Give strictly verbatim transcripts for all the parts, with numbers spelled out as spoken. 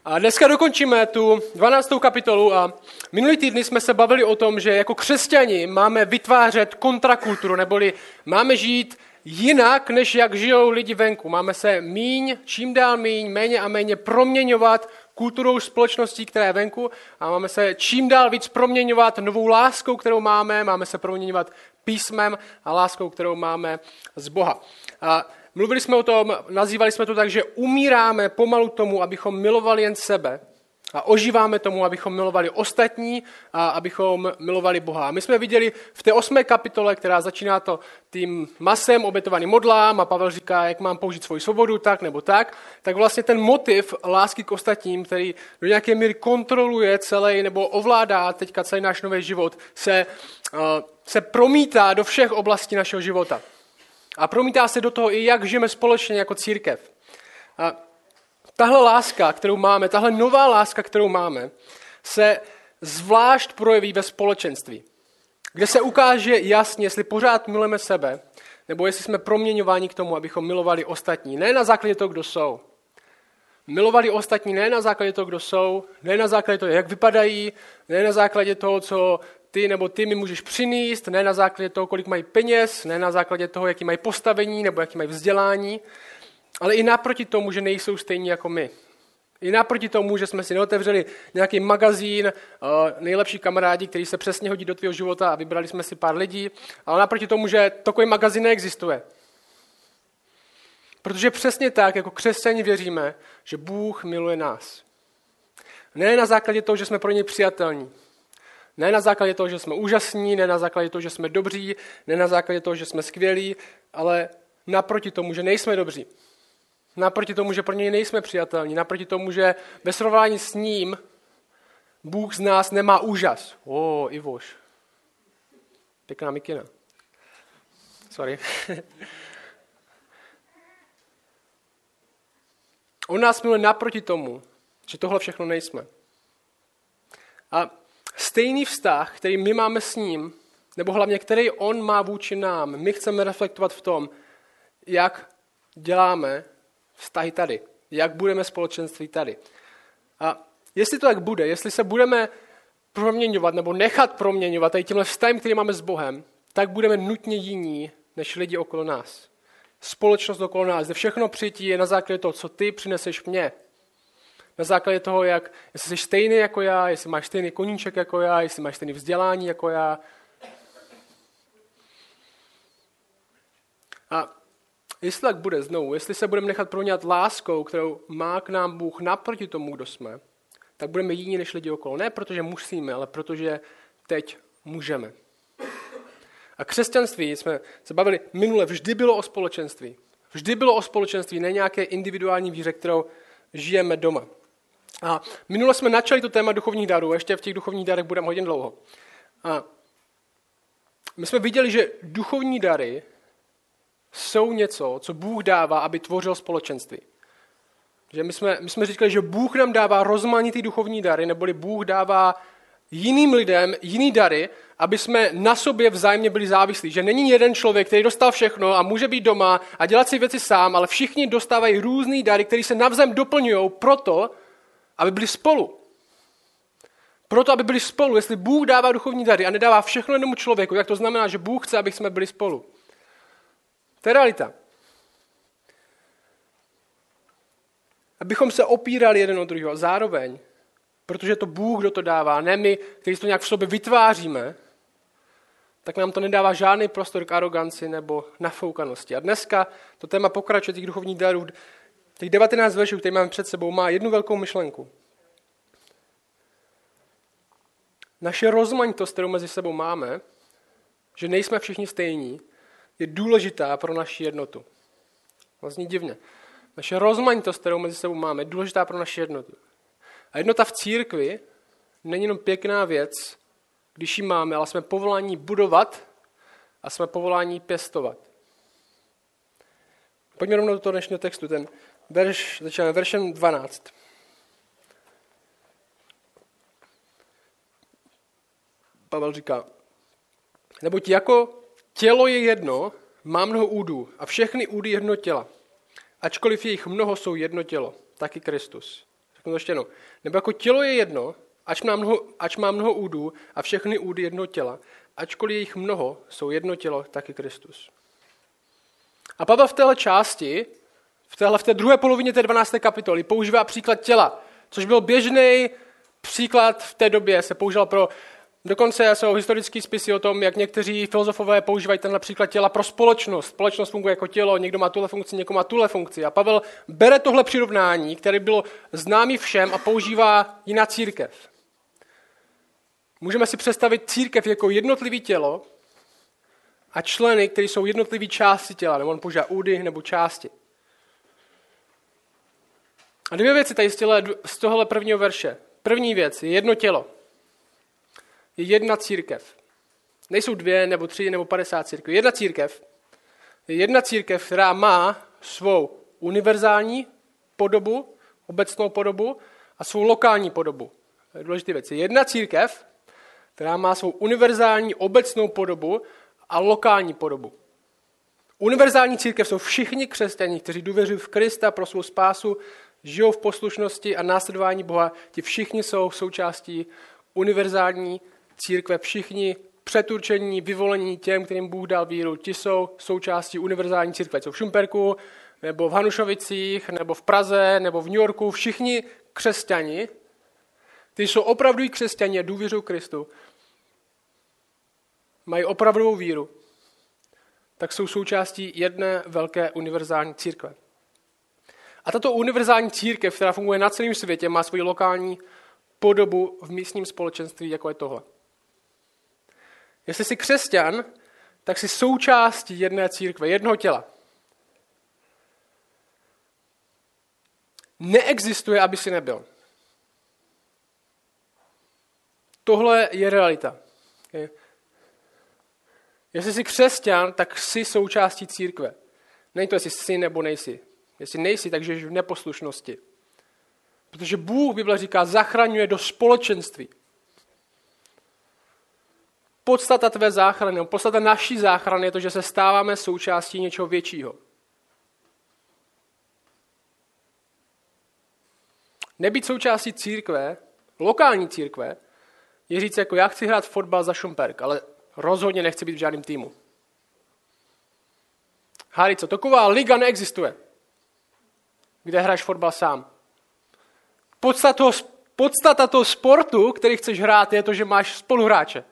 A dneska dokončíme tu dvanáctou kapitolu a minulý týdny jsme se bavili o tom, že jako křesťani máme vytvářet kontrakulturu, neboli máme žít jinak, než jak žijou lidi venku. Máme se míň, čím dál míň, méně a méně proměňovat kulturou společností, která je venku a máme se čím dál víc proměňovat novou láskou, kterou máme, máme se proměňovat písmem a láskou, kterou máme z Boha. A mluvili jsme o tom, nazývali jsme to tak, že umíráme pomalu tomu, abychom milovali jen sebe a ožíváme tomu, abychom milovali ostatní a abychom milovali Boha. A my jsme viděli v té osmé kapitole, která začíná to tím masem obětovaným modlám a Pavel říká, jak mám použít svoji svobodu, tak nebo tak, tak vlastně ten motiv lásky k ostatním, který do nějaké míry kontroluje celý nebo ovládá teďka celý náš nový život, se, uh, se promítá do všech oblastí našeho života. A promítá se do toho i jak žijeme společně jako církev. A tahle láska, kterou máme, tahle nová láska, kterou máme, se zvlášť projeví ve společenství, kde se ukáže jasně, jestli pořád milujeme sebe, nebo jestli jsme proměňováni k tomu, abychom milovali ostatní. Ne na základě toho, kdo jsou. Milovali ostatní ne na základě toho, kdo jsou, ne na základě toho, jak vypadají, ne na základě toho, co ty nebo ty mi můžeš přinést, ne na základě toho, kolik mají peněz, ne na základě toho, jaký mají postavení nebo jaký mají vzdělání, ale i naproti tomu, že nejsou stejní jako my. I naproti tomu, že jsme si neotevřeli nějaký magazín, nejlepší kamarádi, který se přesně hodí do tvého života a vybrali jsme si pár lidí, ale naproti tomu, že takový magazín neexistuje. Protože přesně tak, jako křesťani věříme, že Bůh miluje nás. Ne na základě toho, že jsme pro něj přijatelní. Ne na základě toho, že jsme úžasní, ne na základě toho, že jsme dobří, ne na základě toho, že jsme skvělí, ale naproti tomu, že nejsme dobří. Naproti tomu, že pro něj nejsme přijatelní. Naproti tomu, že ve srovnání s ním Bůh z nás nemá úžas. Ó, oh, Ivoš. Pěkná mikina. Sorry. On nás miluje naproti tomu, že tohle všechno nejsme. A stejný vztah, který my máme s ním, nebo hlavně který on má vůči nám, my chceme reflektovat v tom, jak děláme vztahy tady, jak budeme společenství tady. A jestli to tak bude, jestli se budeme proměňovat nebo nechat proměňovat tady tímhle vztahem, který máme s Bohem, tak budeme nutně jiní než lidi okolo nás. Společnost okolo nás, kde všechno přijetí je na základě toho, co ty přineseš mně. Na základě toho, jak, jestli jsi stejný jako já, jestli máš stejný koníček jako já, jestli máš stejné vzdělání jako já. A jestli tak bude znovu, jestli se budeme nechat proměňovat láskou, kterou má k nám Bůh naproti tomu, kdo jsme, tak budeme jiní než lidi okolo. Ne protože musíme, ale protože teď můžeme. A křesťanství, jsme se bavili minule, vždy bylo o společenství. Vždy bylo o společenství, ne nějaké individuální víře, kterou žijeme doma. A minule jsme načali to téma duchovních darů, a ještě v těch duchovních darech budeme hodně dlouho. A my jsme viděli, že duchovní dary jsou něco, co Bůh dává, aby tvořil společenství. Že my jsme, my jsme říkali, že Bůh nám dává rozmanitý duchovní dary, neboli Bůh dává jiným lidem jiný dary, aby jsme na sobě vzájemně byli závislí. Že není jeden člověk, který dostal všechno a může být doma a dělat si věci sám, ale všichni dostávají různý dary, které se navzájem doplňují proto, aby byli spolu. Proto, aby byli spolu. Jestli Bůh dává duchovní dary a nedává všechno jednomu člověku, tak to znamená, že Bůh chce, aby jsme byli spolu. To je realita. Abychom se opírali jeden od druhého. Zároveň, protože to Bůh, kdo to dává, ne my, kteří to nějak v sobě vytváříme, tak nám to nedává žádný prostor k aroganci nebo nafoukanosti. A dneska to téma pokračuje těch duchovních darů, těch devatenáct veršů, které máme před sebou, má jednu velkou myšlenku. Naše rozmanitost, kterou mezi sebou máme, že nejsme všichni stejní, je důležitá pro naši jednotu. Vlastně divně. Naše rozmanitost, kterou mezi sebou máme, je důležitá pro naši jednotu. A jednota v církvi není jenom pěkná věc, když ji máme, ale jsme povoláni budovat a jsme povoláni pěstovat. Pojďme rovnou do toho dnešního textu. Ten verš, začínáme veršem dvanáct. Pavel říká, neboť jako tělo je jedno, má mnoho údů a všechny údy jedno těla. Ačkoliv je jich mnoho, jsou jedno tělo, taky Kristus. Řeknu to ještě jednou. Nebo jako tělo je jedno, ač má, mnoho, ač má mnoho údů a všechny údy jednoho těla, ačkoliv je jich mnoho, jsou jedno tělo, taky Kristus. A Pavel v téhle části, v, téhle, v té druhé polovině té dvanácté kapitoly, používá příklad těla, což byl běžný příklad v té době, se používal pro, dokonce jsou historické spisy o tom, jak někteří filozofové používají tenhle příklad těla pro společnost. Společnost funguje jako tělo, někdo má tuhle funkci, někdo má tuhle funkci. A Pavel bere tohle přirovnání, které bylo známý všem a používá ji na církev. Můžeme si představit církev jako jednotlivý tělo a členy, které jsou jednotlivý části těla, nebo on používá údy nebo části. A dvě věci tady z tohohle prvního verše. První věc je jedno tělo. Je jedna církev. Nejsou dvě, nebo tři, nebo padesát církví. Jedna církev je jedna církev, která má svou univerzální podobu, obecnou podobu a svou lokální podobu. To je důležitá věc. Je jedna církev, která má svou univerzální obecnou podobu a lokální podobu. Univerzální církev jsou všichni křesťané, kteří důvěřují v Krista pro svou spásu, žijou v poslušnosti a následování Boha. Ti všichni jsou součástí univerzální církve, všichni předurčení, vyvolení těm, kterým Bůh dal víru, ti jsou součástí univerzální církve. Jsou v Šumperku, nebo v Hanušovicích, nebo v Praze, nebo v New Yorku. Všichni křesťani, kteří jsou opravdují křesťani a důvěřují Kristu, mají opravdovou víru, tak jsou součástí jedné velké univerzální církve. A tato univerzální církev, která funguje na celém světě, má svoji lokální podobu v místním společenství, jako je tohle. Jestli jsi křesťan, tak jsi součástí jedné církve, jednoho těla. Neexistuje, aby si nebyl. Tohle je realita. Jestli jsi křesťan, tak jsi součástí církve. Není to, jestli jsi nebo nejsi. Jestli nejsi, tak žiješ v neposlušnosti. Protože Bůh, Bible říká, zachraňuje do společenství. Podstata tvé záchrany, podstata naší záchrany je to, že se stáváme součástí něčeho většího. Nebýt součástí církve, lokální církve, je říct jako já chci hrát fotbal za Šumperk, ale rozhodně nechci být v žádném týmu. Hári, co? Taková liga neexistuje, kde hraješ fotbal sám. Podstata toho, podstata toho sportu, který chceš hrát, je to, že máš spoluhráče.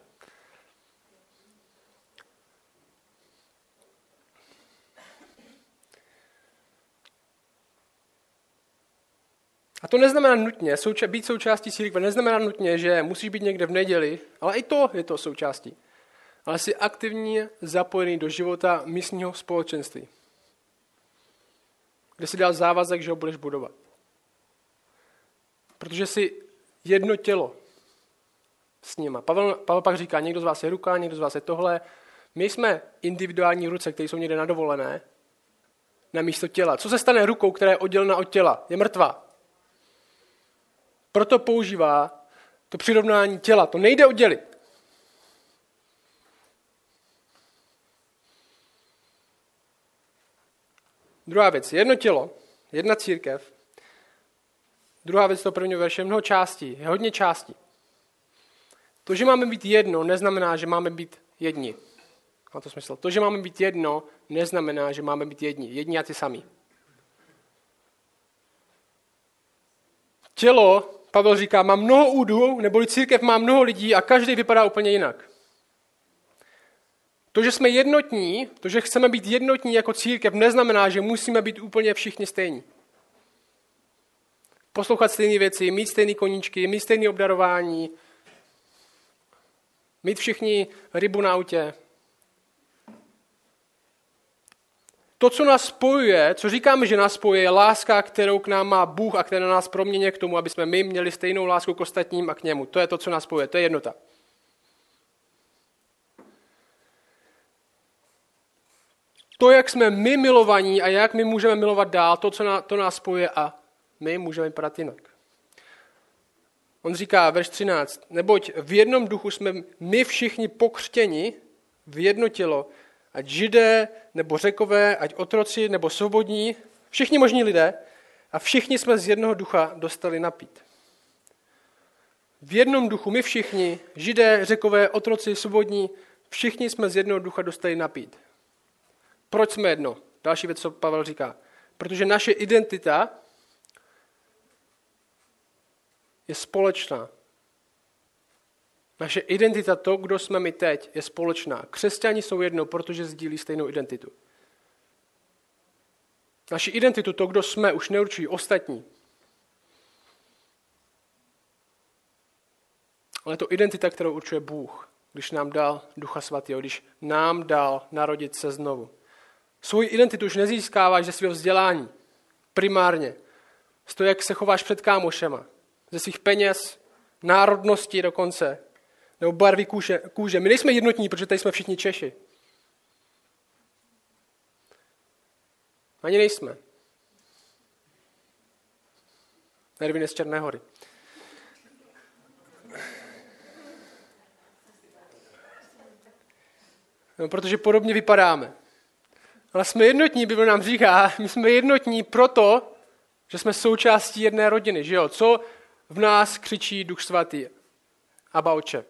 A to neznamená nutně, souča- být součástí církve neznamená nutně, že musíš být někde v neděli, ale i to je to součástí. Ale jsi aktivně zapojený do života místního společenství, kde si dal závazek, že ho budeš budovat. Protože jsi jedno tělo s nima. Pavel, Pavel pak říká, někdo z vás je ruka, někdo z vás je tohle. My jsme individuální ruce, které jsou někde na dovolené, na místo těla. Co se stane rukou, která je oddělena od těla? Je mrtvá. Proto používá to přirovnání těla. To nejde oddělit. Druhá věc. Jedno tělo, jedna církev. Druhá věc toho prvního verše, mnoho částí. Je hodně částí. To, že máme být jedno, neznamená, že máme být jedni. Má to smysl. To, že máme být jedno, neznamená, že máme být jedni. Jedni a ty sami. Tělo, Pavel říká, má mnoho údů, neboli církev má mnoho lidí a každý vypadá úplně jinak. To, že jsme jednotní, to, že chceme být jednotní jako církev, neznamená, že musíme být úplně všichni stejní. Poslouchat stejné věci, mít stejné koníčky, mít stejné obdarování, mít všichni rybu na autě. To, co nás spojuje, co říkáme, že nás spojuje, je láska, kterou k nám má Bůh a která nás proměňuje k tomu, aby jsme my měli stejnou lásku k ostatním a k němu. To je to, co nás spojuje, to je jednota. To, jak jsme my milovaní a jak my můžeme milovat dál, to, co nás, to nás spojuje a my můžeme vypadat jinak. On říká, verš třináct, neboť v jednom duchu jsme my všichni pokřtěni v jedno tělo, ať Židé, nebo Řekové, ať otroci, nebo svobodní, všichni možní lidé, a všichni jsme z jednoho ducha dostali napít. V jednom duchu my všichni, Židé, Řekové, otroci, svobodní, všichni jsme z jednoho ducha dostali napít. Proč jsme jedno? Další věc, co Pavel říká. Protože naše identita je společná. Naše identita, to, kdo jsme my teď, je společná. Křesťani jsou jedno, protože sdílí stejnou identitu. Naši identitu, to, kdo jsme, už neurčují ostatní. Ale to identita, kterou určuje Bůh, když nám dal Ducha Svatého, když nám dal narodit se znovu. Svoji identitu už nezískáváš ze svého vzdělání, primárně. Z toho, jak se chováš před kámošema, ze svých peněz, národnosti dokonce, nebo barvy kůže. kůže. My nejsme jednotní, protože tady jsme všichni Češi. Ani nejsme. Ervin je z Černé Hory. No, protože podobně vypadáme. Ale jsme jednotní, Bible nám říká, my jsme jednotní proto, že jsme součástí jedné rodiny. Že jo? Co v nás křičí Duch Svatý? Abba Otče.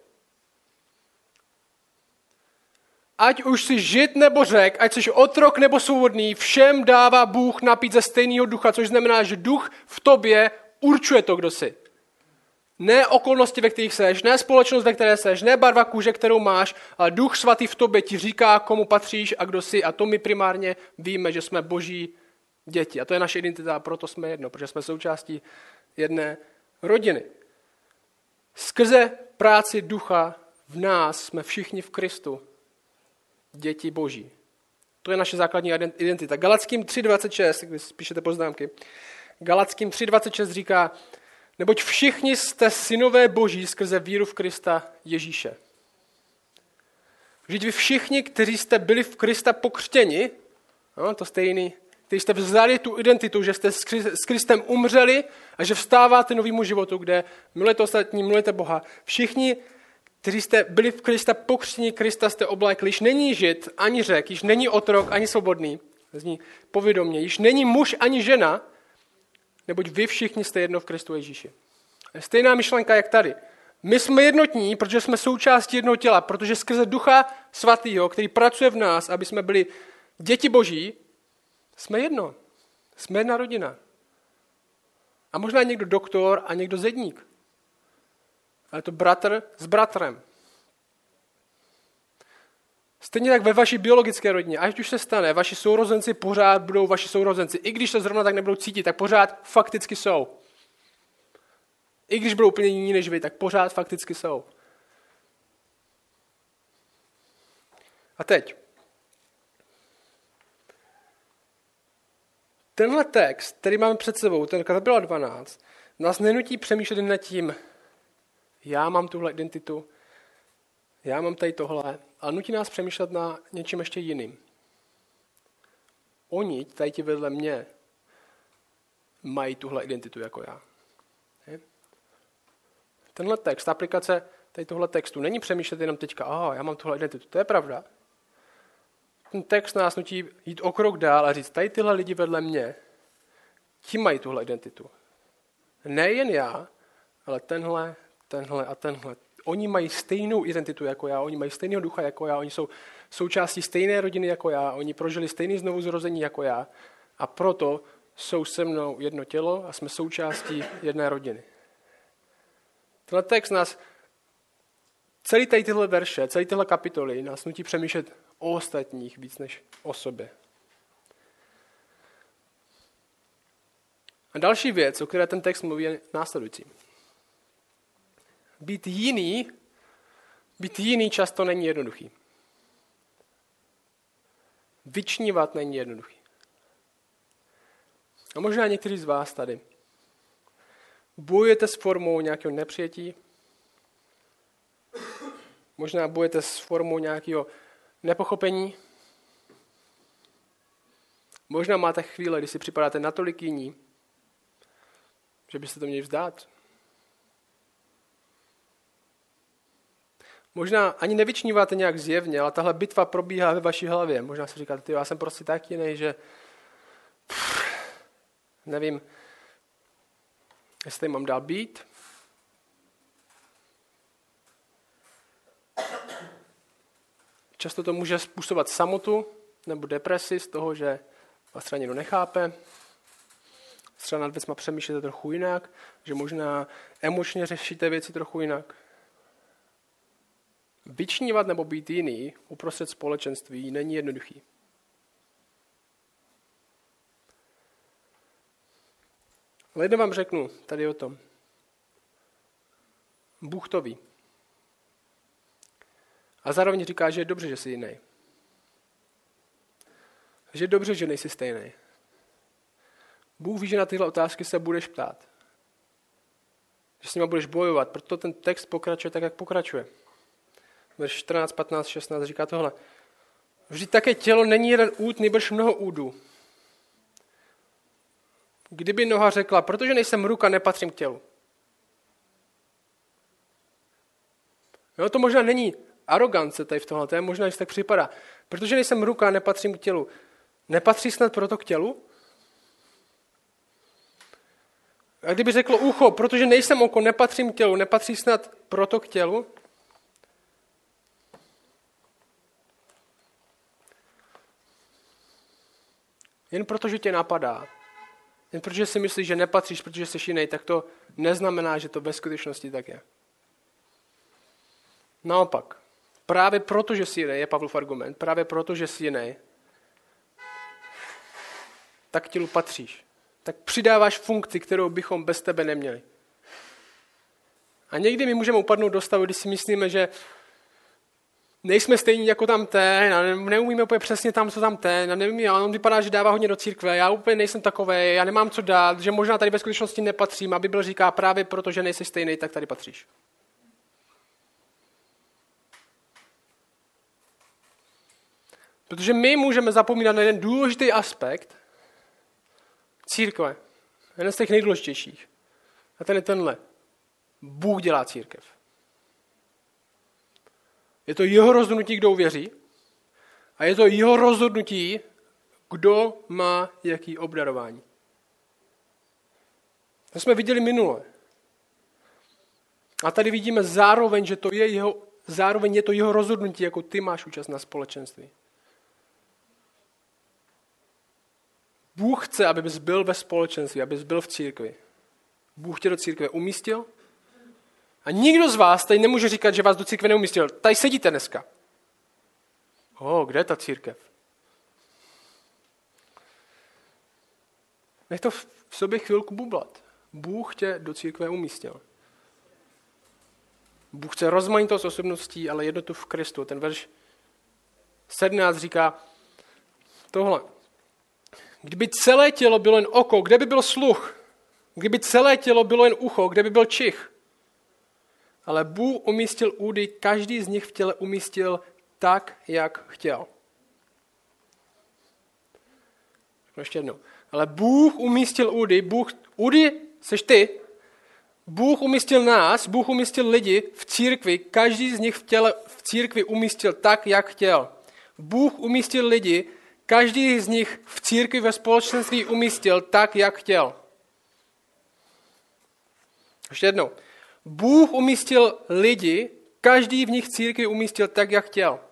Ať už jsi Žid nebo Řek, ať jsi otrok nebo svobodný, všem dává Bůh napít ze stejného ducha, což znamená, že duch v tobě určuje to, kdo jsi. Ne okolnosti, ve kterých seš, ne společnost, ve které seš, ne barva kůže, kterou máš, ale Duch Svatý v tobě ti říká, komu patříš a kdo jsi. A to my primárně víme, že jsme Boží děti. A to je naše identita, a proto jsme jedno, protože jsme součástí jedné rodiny. Skrze práci Ducha v nás jsme všichni v Kristu děti Boží. To je naše základní identita. Galackým tři dvacet šest, když píšete poznámky, Galackým tři dvacet šest říká, neboť všichni jste synové Boží skrze víru v Krista Ježíše. Vždyť vy všichni, kteří jste byli v Krista pokřtěni, no, to stejný, kteří jste vzali tu identitu, že jste s Kristem umřeli a že vstáváte novému životu, kde milujete ostatní, milujete Boha. Všichni, kteří jste byli v Krista pokřtěni, Krista jste oblékli. Již není Žid, ani Řek, již není otrok, ani svobodný. Zní povědomě. Již není muž, ani žena, neboť vy všichni jste jedno v Kristu Ježíši. Je stejná myšlenka, jak tady. My jsme jednotní, protože jsme součástí jednoho těla, protože skrze Ducha Svatého, který pracuje v nás, aby jsme byli děti Boží, jsme jedno. Jsme jedna rodina. A možná někdo doktor a někdo zedník. Ale je to bratr s bratrem. Stejně tak ve vaší biologické rodině, ať už se stane, vaši sourozenci pořád budou vaši sourozenci. I když se zrovna tak nebudou cítit, tak pořád fakticky jsou. I když budou úplně jiní než vy, tak pořád fakticky jsou. A teď. Tenhle text, který máme před sebou, ten kapitola dvanáct, nás nenutí přemýšlet nad tím, já mám tuhle identitu, já mám tady tohle, ale nutí nás přemýšlet na něčím ještě jiným. Oni, tady ti vedle mě, mají tuhle identitu jako já. Je? Tenhle text, ta aplikace tady tohle textu, není přemýšlet jenom teďka, aha, já mám tuhle identitu, to je pravda. Ten text nás nutí jít o krok dál a říct, tady tyhle lidi vedle mě, ti mají tuhle identitu. Nejen já, ale tenhle, tenhle a tenhle. Oni mají stejnou identitu jako já, oni mají stejného ducha jako já, oni jsou součástí stejné rodiny jako já, oni prožili stejný znovuzrození jako já a proto jsou se mnou jedno tělo a jsme součástí jedné rodiny. Tenhle text nás, celý tady tyhle verše, celý tyhle kapitoly nás nutí přemýšlet o ostatních víc než o sobě. A další věc, o které ten text mluví, je následující. Být jiný, být jiný často není jednoduchý. Vyčnívat není jednoduchý. A možná někteří z vás tady bojujete s formou nějakého nepřijetí, možná bojujete s formou nějakého nepochopení, možná máte chvíle, kdy si připadáte natolik jiní, že byste to měli vzdát. Možná ani nevyčníváte nějak zjevně, ale tahle bitva probíhá ve vaší hlavě. Možná si říkáte, ty, já jsem prostě tak jiný, že pff, nevím, jestli mám dál být. Často to může způsobovat samotu nebo depresi z toho, že vás třeba někdo nechápe. Třeba nad věcma přemýšlíte trochu jinak, že možná emočně řešíte věci trochu jinak. Vyčnívat nebo být jiný uprostřed společenství není jednoduchý. Ale jedno vám řeknu tady o tom. Bůh to ví. A zároveň říká, že je dobře, že jsi jiný. Že je dobře, že nejsi stejný. Bůh ví, že na tyhle otázky se budeš ptát. Že s nima budeš bojovat, proto ten text pokračuje tak, jak pokračuje. Verš čtrnáct, patnáct, šestnáct říká tohle. Vždyť také tělo není jeden út, nýbrž mnoho údů. Kdyby noha řekla, protože nejsem ruka, nepatřím k tělu. Jo, to možná není arogance tady v tomhle, to je možná, že tak připadá. Protože nejsem ruka, nepatřím k tělu. Nepatří snad proto k tělu? A kdyby řeklo ucho, protože nejsem oko, nepatřím k tělu, nepatří snad proto k tělu? Jen protože tě napadá, jen protože si myslíš, že nepatříš, protože jsi jiný, tak to neznamená, že to ve skutečnosti tak je. Naopak, právě proto, že jsi jiný, je Pavlův argument, právě proto, že jsi jiný, tak tělu patříš. Tak přidáváš funkci, kterou bychom bez tebe neměli. A někdy my můžeme upadnout do stavu, kdy si myslíme, že nejsme stejní jako tam ten, a neumíme úplně přesně tam, co tam ten, a nevím, a on vypadá, že dává hodně do církve, já úplně nejsem takovej, já nemám co dát, že možná tady ve skutečnosti nepatřím, a Bible říká právě proto, že nejsi stejný, tak tady patříš. Protože my můžeme zapomínat na jeden důležitý aspekt církve, jeden z těch nejdůležitějších. A ten je tenhle. Bůh dělá církev. Je to jeho rozhodnutí, kdo uvěří, a je to jeho rozhodnutí, kdo má jaký obdarování. To jsme viděli minule. A tady vidíme zároveň, že to je jeho, zároveň je to jeho rozhodnutí, jako ty máš účast na společenství. Bůh chce, abys byl ve společenství, abys byl v církvi. Bůh tě do církve umístil a nikdo z vás tady nemůže říkat, že vás do církve neumístil. Tady sedíte dneska. O, kde je ta církev? Nech to v sobě chvilku bublat. Bůh tě do církve umístil. Bůh chce rozmanitost osobností, ale jednotu v Kristu. Ten verš sedmnáct říká tohle. Kdyby celé tělo bylo jen oko, kde by byl sluch? Kdyby celé tělo bylo jen ucho, kde by byl čich? Ale Bůh umístil údy, každý z nich v těle umístil tak, jak chtěl. Ještě jednou. Ale Bůh umístil údy, Bůh, údy seš ty, Bůh umístil nás, Bůh umístil lidi v církvi, každý z nich v těle v církvi umístil tak, jak chtěl. Bůh umístil lidi, každý z nich v církvi ve společenství umístil tak, jak chtěl. Ještě jednou. Bůh umístil lidi, každý v nich v církvi umístil tak, jak chtěl.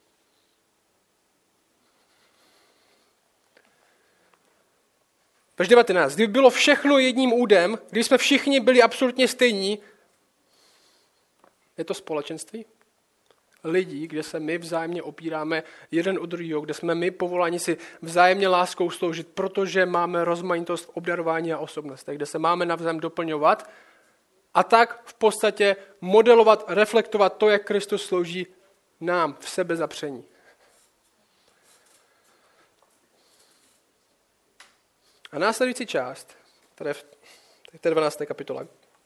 Verš devatenáct. Kdyby bylo všechno jedním údem, kdyby jsme všichni byli absolutně stejní, je to společenství lidí, kde se my vzájemně opíráme jeden od druhého, kde jsme my povoláni si vzájemně láskou sloužit, protože máme rozmanitost v obdarování a osobnostech, kde se máme navzájem doplňovat a tak v podstatě modelovat, reflektovat to, jak Kristus slouží nám v sebezapření. A následující část, tady v té dvanácté kapitole,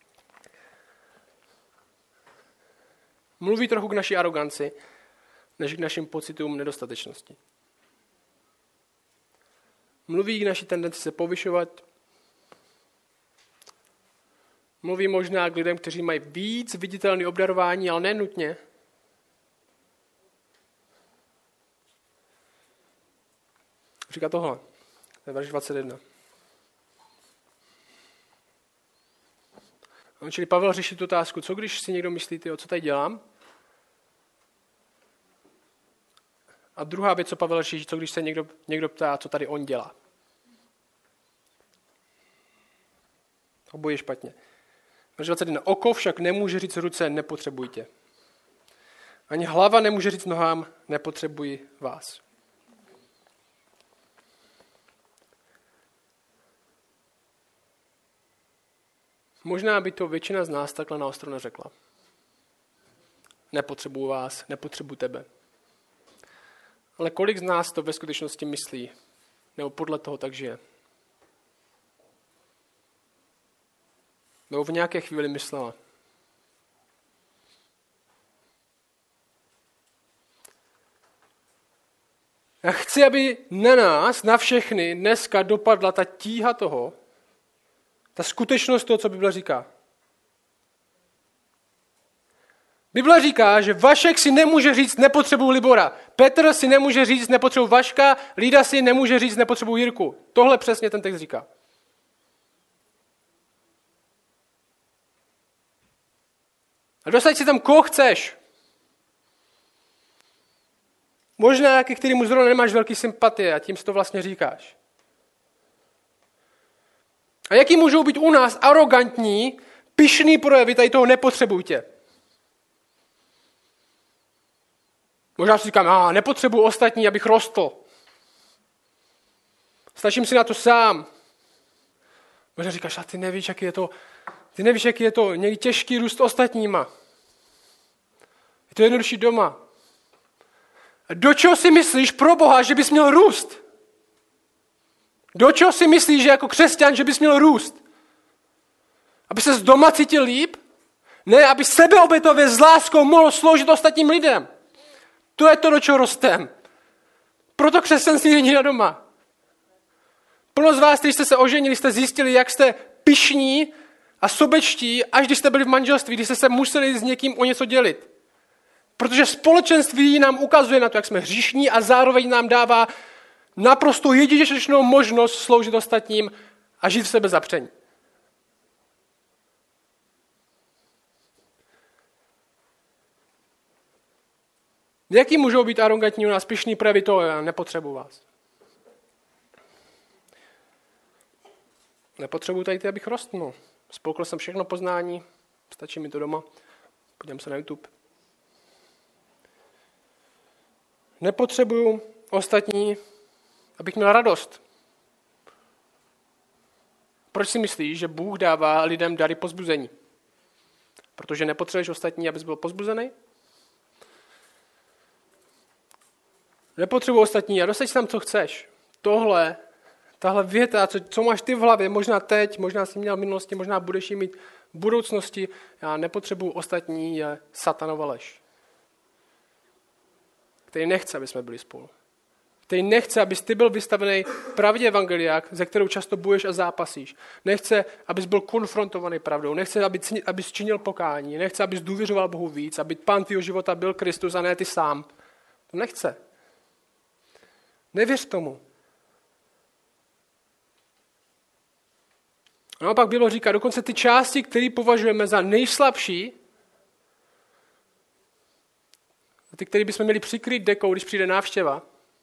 mluví trochu k naší aroganci, než k našim pocitům nedostatečnosti. Mluví k naší tendenci se povyšovat. Mluví možná k lidem, kteří mají víc viditelné obdarování, ale ne nutně. Říká tohle, to je verš dvacet jedna. Čili Pavel řeší tu otázku, co když si někdo myslí, tyjo, co tady dělám? A druhá věc, co Pavel řeší, co když se někdo, někdo ptá, co tady on dělá. Oboje špatně. Verš dvacet jedna. Oko však nemůže říct ruce, nepotřebuj tě. Ani hlava nemůže říct nohám, nepotřebuji vás. Možná by to většina z nás takhle naostro neřekla. Nepotřebuji vás, nepotřebuji tebe. Ale kolik z nás to ve skutečnosti myslí? Nebo podle toho tak žije? Nebo v nějaké chvíli myslela? Já chci, aby na nás, na všechny dneska dopadla ta tíha toho, ta skutečnost toho, co Bible říká. Bible říká, že Vašek si nemůže říct, nepotřebuji Libora. Petr si nemůže říct, nepotřebuji Vaška. Lída si nemůže říct, nepotřebuji Jirku. Tohle přesně ten text říká. A dosaď si tam, koho chceš. Možná, ke kterému zrovna nemáš velký sympatie a tím si to vlastně říkáš. A jaký můžou být u nás arrogantní, pyšný projevy tady toho nepotřebuj tě. Možná si říkám, a nepotřebuji ostatní, abych rostl. Stačím si na to sám. Možná říkáš, a ty nevíš, jaký je to, ty nevíš, jaký je to někdy těžký růst ostatníma. Je to jednodušší doma. A do čeho si myslíš, pro Boha, že bys měl růst? Do čeho si myslíš, že jako křesťan, že bys měl růst? Aby ses doma cítil líp? Ne, aby sebeobětově s láskou mohl sloužit ostatním lidem. To je to, do čeho rostem. Proto křesťanství není na doma. Plno z vás, když jste se oženili, jste zjistili, jak jste pyšní a sobečtí, až když jste byli v manželství, když jste se museli s někým o něco dělit. Protože společenství nám ukazuje na to, jak jsme hříšní a zároveň nám dává naprosto jedinečnou možnost sloužit ostatním a žít v sebe zapření. Jaký můžou být arrogantní u nás pyšný projevy toho, já nepotřebuji vás. Nepotřebuji tady ty, abych rostl. Spolkl jsem všechno poznání, stačí mi to doma, podívám se na YouTube. Nepotřebuju ostatní, abych měl radost. Proč si myslíš, že Bůh dává lidem dary pozbuzení? Protože nepotřebuješ ostatní, abys byl pozbuzený? Nepotřebuji ostatní a dosaď tam, co chceš. Tohle, tahle věta, co, co máš ty v hlavě, možná teď, možná jsi měl v minulosti, možná budeš jí mít v budoucnosti, já nepotřebuji ostatní, je satanova lež. Který nechce, aby jsme byli spolu. Který nechce, abys ty byl vystavený pravdě evangelia, ze kterou často bojuješ a zápasíš. Nechce, abys byl konfrontovaný pravdou. Nechce, abys činil pokání. Nechce, abys důvěřoval Bohu víc. Aby pán tvýho života byl Kristus a ne ty sám. To nechce. Nevěř tomu. A naopak Bible říká, dokonce ty části, které považujeme za nejslabší, ty, které bychom měli přikrýt dekou, když přijde návštěva,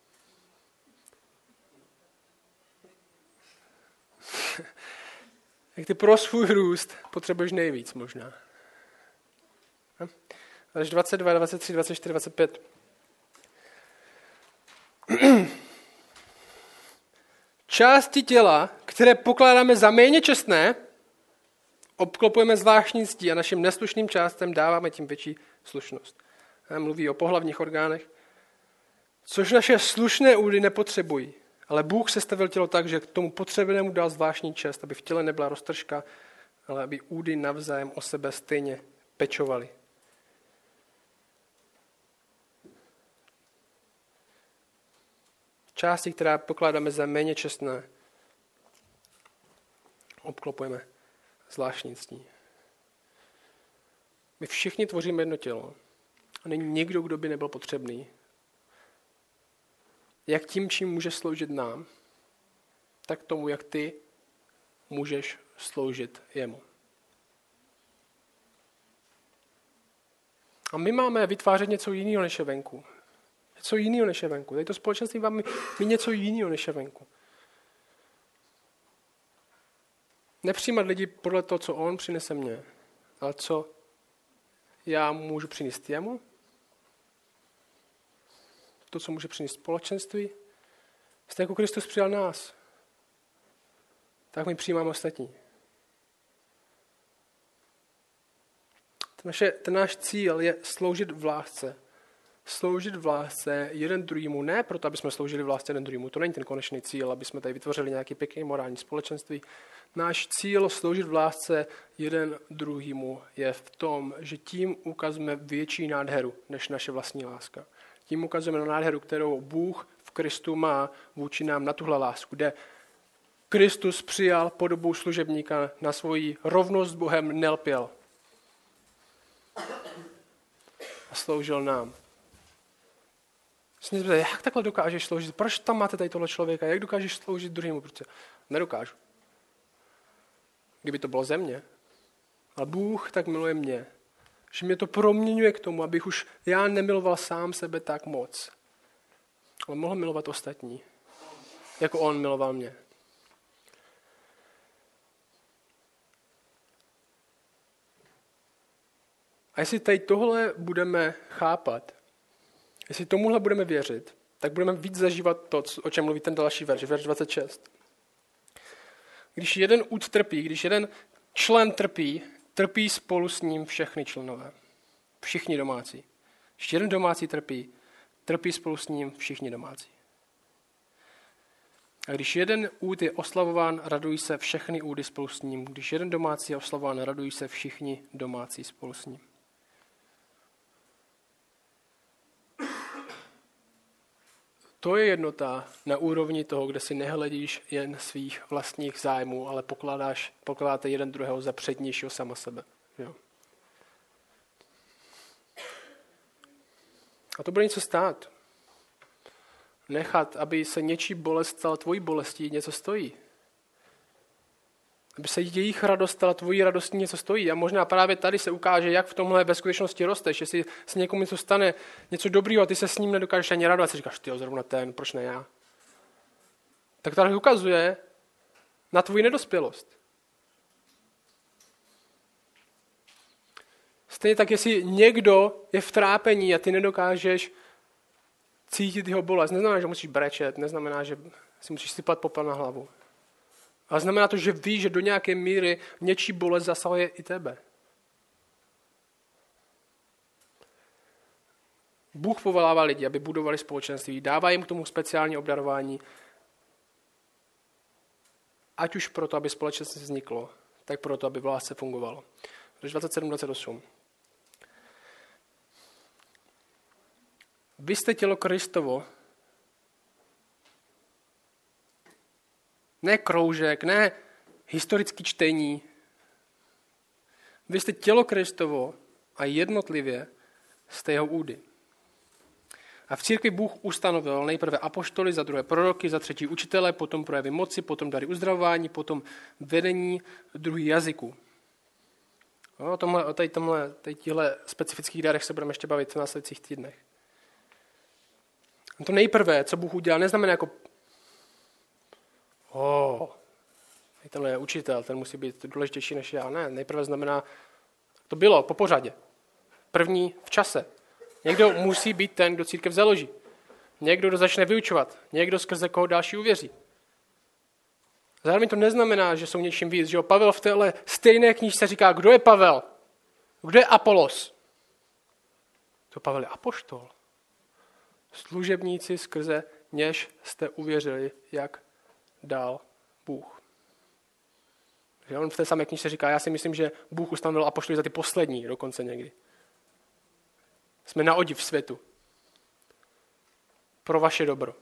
jak ty pro svůj růst potřebuješ nejvíc možná. Až dvacet dva, dvacet tři, dvacet čtyři, dvacet pět. Části těla, které pokládáme za méně čestné, obklopujeme zvláštní ctí a našim neslušným částem dáváme tím větší slušnost. A mluví o pohlavních orgánech, což naše slušné údy nepotřebují. Ale Bůh sestavil tělo tak, že k tomu potřebnému dal zvláštní čest, aby v těle nebyla roztržka, ale aby údy navzájem o sebe stejně pečovaly. Části, která pokládáme za méně čestné, obklopujeme zvláštní ctí. My všichni tvoříme jedno tělo. A není nikdo, kdo by nebyl potřebný. Jak tím, čím může sloužit nám, tak tomu, jak ty můžeš sloužit jemu. A my máme vytvářet něco jiného, než je venku. Něco jiného, než je venku. Tady to společenství má mít něco jiného, než je venku. Nepřijímat lidi podle toho, co on přinese mně, ale co já můžu přinést jemu. To, co může přinést společenství. Stejně jako Kristus přijal nás, tak my přijímáme ostatní. Ten, naše, ten náš cíl je sloužit v lásce. Sloužit v lásce jeden druhýmu, ne proto, aby jsme sloužili v lásce jeden druhýmu. To není ten konečný cíl, aby jsme tady vytvořili nějaký pěkný morální společenství. Náš cíl sloužit v lásce jeden druhýmu je v tom, že tím ukazujeme větší nádheru, než naše vlastní láska. Tím ukazujeme na nádheru, kterou Bůh v Kristu má vůči nám na tuhle lásku, kde Kristus přijal podobu služebníka, na svoji rovnost s Bohem nelpěl a sloužil nám. Jak takhle dokážeš sloužit? Proč tam máte tady tohle člověka? Jak dokážeš sloužit druhému? Protože nedokážu. Kdyby to bylo ze mě. Ale Bůh tak miluje mě, že mě to proměňuje k tomu, abych už já nemiloval sám sebe tak moc. Ale mohl milovat ostatní. Jako on miloval mě. A jestli tady tohle budeme chápat, jestli tomuhle budeme věřit, tak budeme víc zažívat to, o čem mluví ten další verš, verš dvacet šest. Když jeden úd trpí, když jeden člen trpí, trpí spolu s ním všechny členové. Všichni domácí. Když jeden domácí trpí, trpí spolu s ním všichni domácí. A když jeden úd je oslavován, radují se všechny údy spolu s ním. Když jeden domácí je oslavován, radují se všichni domácí spolu s ním. To je jednota na úrovni toho, kde si nehledíš jen svých vlastních zájmů, ale pokládáš, pokládáte jeden druhého za přednějšího sama sebe. Jo. A to bude něco stát. Nechat, aby se něčí bolest stala tvojí bolestí, něco stojí. Aby se jejich radost stala tvojí radostí, něco stojí. A možná právě tady se ukáže, jak v tomhle ve skutečnosti rosteš. Jestli se někomu něco stane, něco dobrýho a ty se s ním nedokážeš ani radovat, si říkáš, tyjo, zrovna ten, proč ne já? Tak to ukazuje na tvoji nedospělost. Stejně tak, jestli někdo je v trápení a ty nedokážeš cítit jeho bolest, neznamená, že musíš brečet, neznamená, že si musíš sypat popel na hlavu. Ale znamená to, že víš, že do nějaké míry něčí bolest zasahuje i tebe. Bůh povolává lidi, aby budovali společenství, dává jim k tomu speciální obdarování, ať už proto, aby společenství vzniklo, tak proto, aby v lásce fungovalo. dvacet sedm dvacet osm. Vy jste tělo Kristovo, ne kroužek, ne historické čtení. Vy jste tělo Kristovo a jednotlivě jste jeho údy. A v církvi Bůh ustanovil nejprve apoštoly, za druhé proroky, za třetí učitele, potom projevy moci, potom dary uzdravování, potom vedení druhý jazyků. No, o tomhle, o tady, tomhle, tady těchto specifických darech se budeme ještě bavit v následujících týdnech. A to nejprve, co Bůh udělal, neznamená jako oh, tenhle je učitel, ten musí být důležitější než já. Ne, nejprve znamená, to bylo po pořadě. První v čase. Někdo musí být ten, kdo církev založí. Někdo, kdo začne vyučovat. Někdo, skrze koho další uvěří. Zároveň to neznamená, že jsou něčím víc. Že jo? Pavel v téhle stejné knížce říká, kdo je Pavel? Kdo je Apolos? To Pavel je apoštol. Služebníci, skrze něž jste uvěřili, jak dal Bůh. Že on v té samé knížce říká, já si myslím, že Bůh ustanovil apoštoly za ty poslední, dokonce někdy. Jsme na odiv světu. Pro vaše dobro.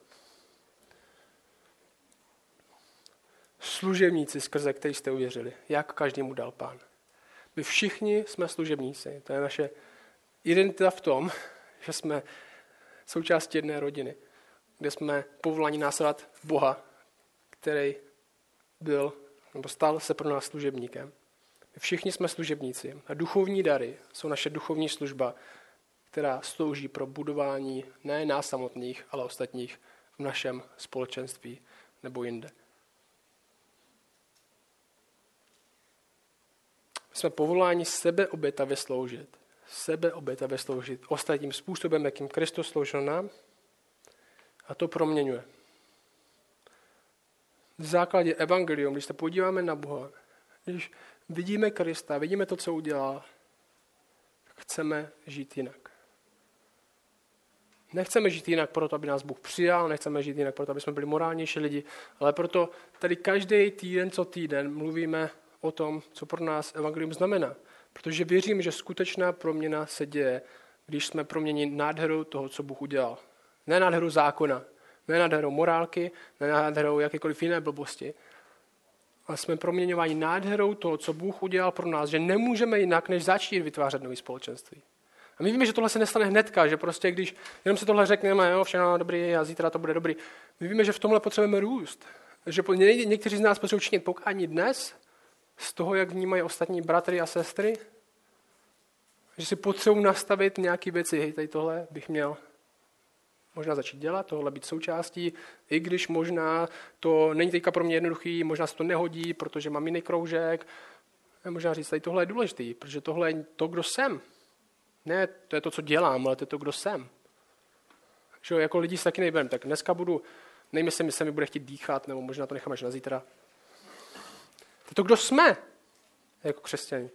Služebníci, skrze který jste uvěřili, jak každému dal Pán. My všichni jsme služebníci. To je naše identita v tom, že jsme součástí jedné rodiny, kde jsme povoláni následovat Boha, který byl, nebo stal se pro nás služebníkem. My všichni jsme služebníci a duchovní dary jsou naše duchovní služba která slouží pro budování ne nás samotných, ale ostatních v našem společenství nebo jinde. Jsme povoláni sebeobětavě sloužit. Sebeobětavě sloužit ostatním způsobem, jakým Kristus sloužil nám. A to proměňuje. V základě evangelium, když se podíváme na Boha, když vidíme Krista, vidíme to, co udělal, tak chceme žít jinak. Nechceme žít jinak proto, aby nás Bůh přijal, nechceme žít jinak proto, aby jsme byli morálnější lidi, ale proto tady každý týden co týden mluvíme o tom, co pro nás evangelium znamená. Protože věřím, že skutečná proměna se děje, když jsme proměněni nádherou toho, co Bůh udělal. Ne nádherou zákona, ne nádherou morálky, ne nádherou jakékoliv jiné blbosti, ale jsme proměňováni nádherou toho, co Bůh udělal pro nás, že nemůžeme jinak, než začít vytvářet nový společenství. A my víme, že tohle se nestane hnedka, že prostě když jenom si tohle řekneme, jo, všechno dobrý a zítra to bude dobrý. My víme, že v tomhle potřebujeme růst. Že někteří z nás potřebují činit pokání dnes z toho, jak vnímají ostatní bratry a sestry. Že si potřebují nastavit nějaké věci. Hej, tady tohle bych měl možná začít dělat, tohle být součástí, i když možná to není teďka pro mě jednoduchý, možná se to nehodí, protože mám jiný kroužek. A možná říct, tady tohle je důležitý, protože tohle je to, kdo jsem. Ne, to je to, co dělám, ale to je to, kdo jsem. Že jo, jako lidi se taky nejbudem, tak dneska budu, nejme se mi, se mi bude chtít dýchat, nebo možná to nechám až na zítra. To je to, kdo jsme, jako křesťani.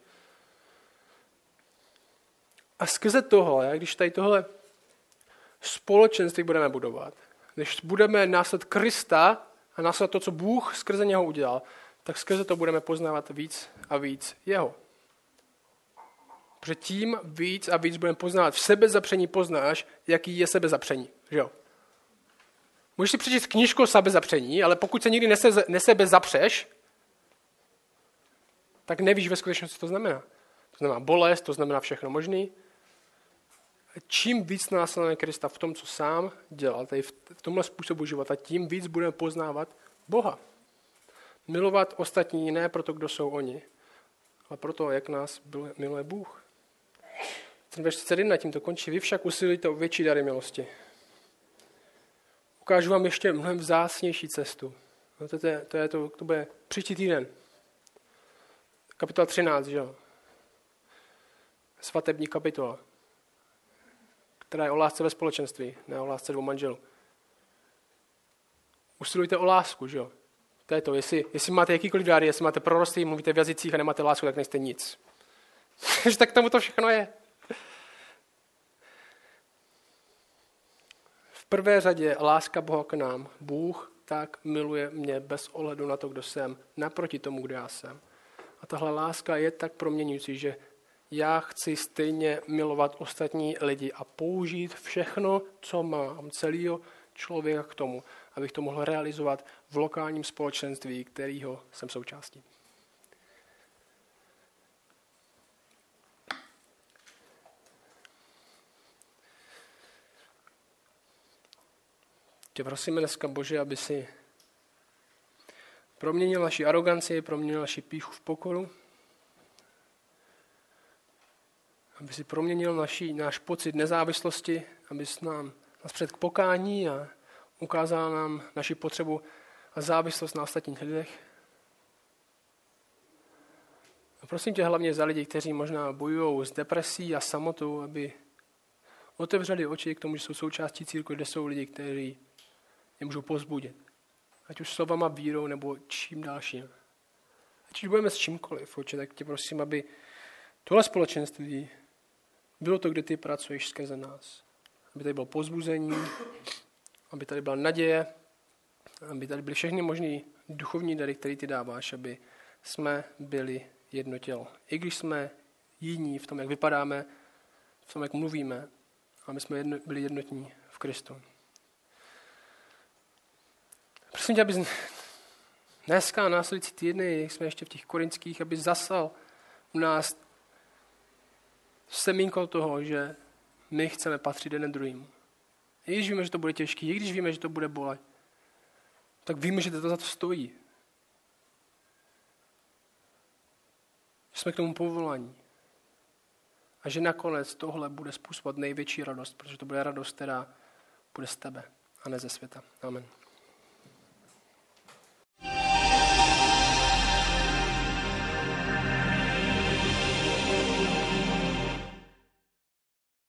A skrze tohle, když tady tohle společenství budeme budovat, když budeme následovat Krista a následovat to, co Bůh skrze něho udělal, tak skrze to budeme poznávat víc a víc jeho. Protože tím víc a víc budeme poznávat. V sebezapření poznáš, jaký je sebezapření. Že jo? Můžeš si přečíst knížku o sebezapření, ale pokud se nikdy nese, nesebezapřeš, tak nevíš ve skutečnosti, co to znamená. To znamená bolest, to znamená všechno možný. Čím víc následujeme Krista v tom, co sám dělal, tady v tomhle způsobu života, tím víc budeme poznávat Boha. Milovat ostatní ne proto, kdo jsou oni, ale proto, jak nás miluje Bůh. Ten verš třicet jedna tím to končí. Vy však usilujte o větší dary milosti. Ukážu vám ještě mnohem vzácnější cestu. No to, je, to, je to, to bude příští týden. Kapitola třináct, že jo? Svatební kapitola, která je o lásce ve společenství, ne o lásce dvou manželů. Usilujte o lásku, že jo? To je to, jestli, jestli máte jakýkoliv dary, jestli máte proroctví, mluvíte v jazycích a nemáte lásku, tak nejste nic. tak tomu to všechno je. V prvé řadě láska Boha k nám. Bůh tak miluje mě bez ohledu na to, kdo jsem, naproti tomu, kdo já jsem. A tahle láska je tak proměňující, že já chci stejně milovat ostatní lidi a použít všechno, co mám, celého člověka k tomu, abych to mohl realizovat v lokálním společenství, kterého jsem součástí. Tě prosíme dneska, Bože, aby si proměnil naši aroganci, proměnil naši pýchu v pokoru, aby si proměnil naši, náš pocit nezávislosti, aby jsi nám nás před k pokání a ukázal nám naši potřebu a závislost na ostatních lidech. A prosím tě hlavně za lidi, kteří možná bojují s depresí a samotou, aby otevřeli oči k tomu, že jsou součástí církve, kde jsou lidi, kteří je můžou povzbudit. Ať už slovama, vírou nebo čím dalším. Ať už budeme s čímkoliv, oči, tak tě prosím, aby tohle společenství bylo to, kde ty pracuješ skrze nás. Aby tady bylo povzbuzení, aby tady byla naděje, aby tady byly všechny možné duchovní dary, které ty dáváš, aby jsme byli jedno tělo. I když jsme jiní v tom, jak vypadáme, v tom, jak mluvíme, aby jsme jedno, byli jednotní v Kristu. Prosím tě, abys dneska a následující týdny, jak jsme ještě v těch korinských, aby zasal u nás semínko toho, že my chceme patřit jeden druhým. I když víme, že to bude těžký, i když víme, že to bude bolet, tak víme, že to za to stojí. Jsme k tomu povolání. A že nakonec tohle bude způsobovat největší radost, protože to bude radost, která bude z tebe a ne ze světa. Amen.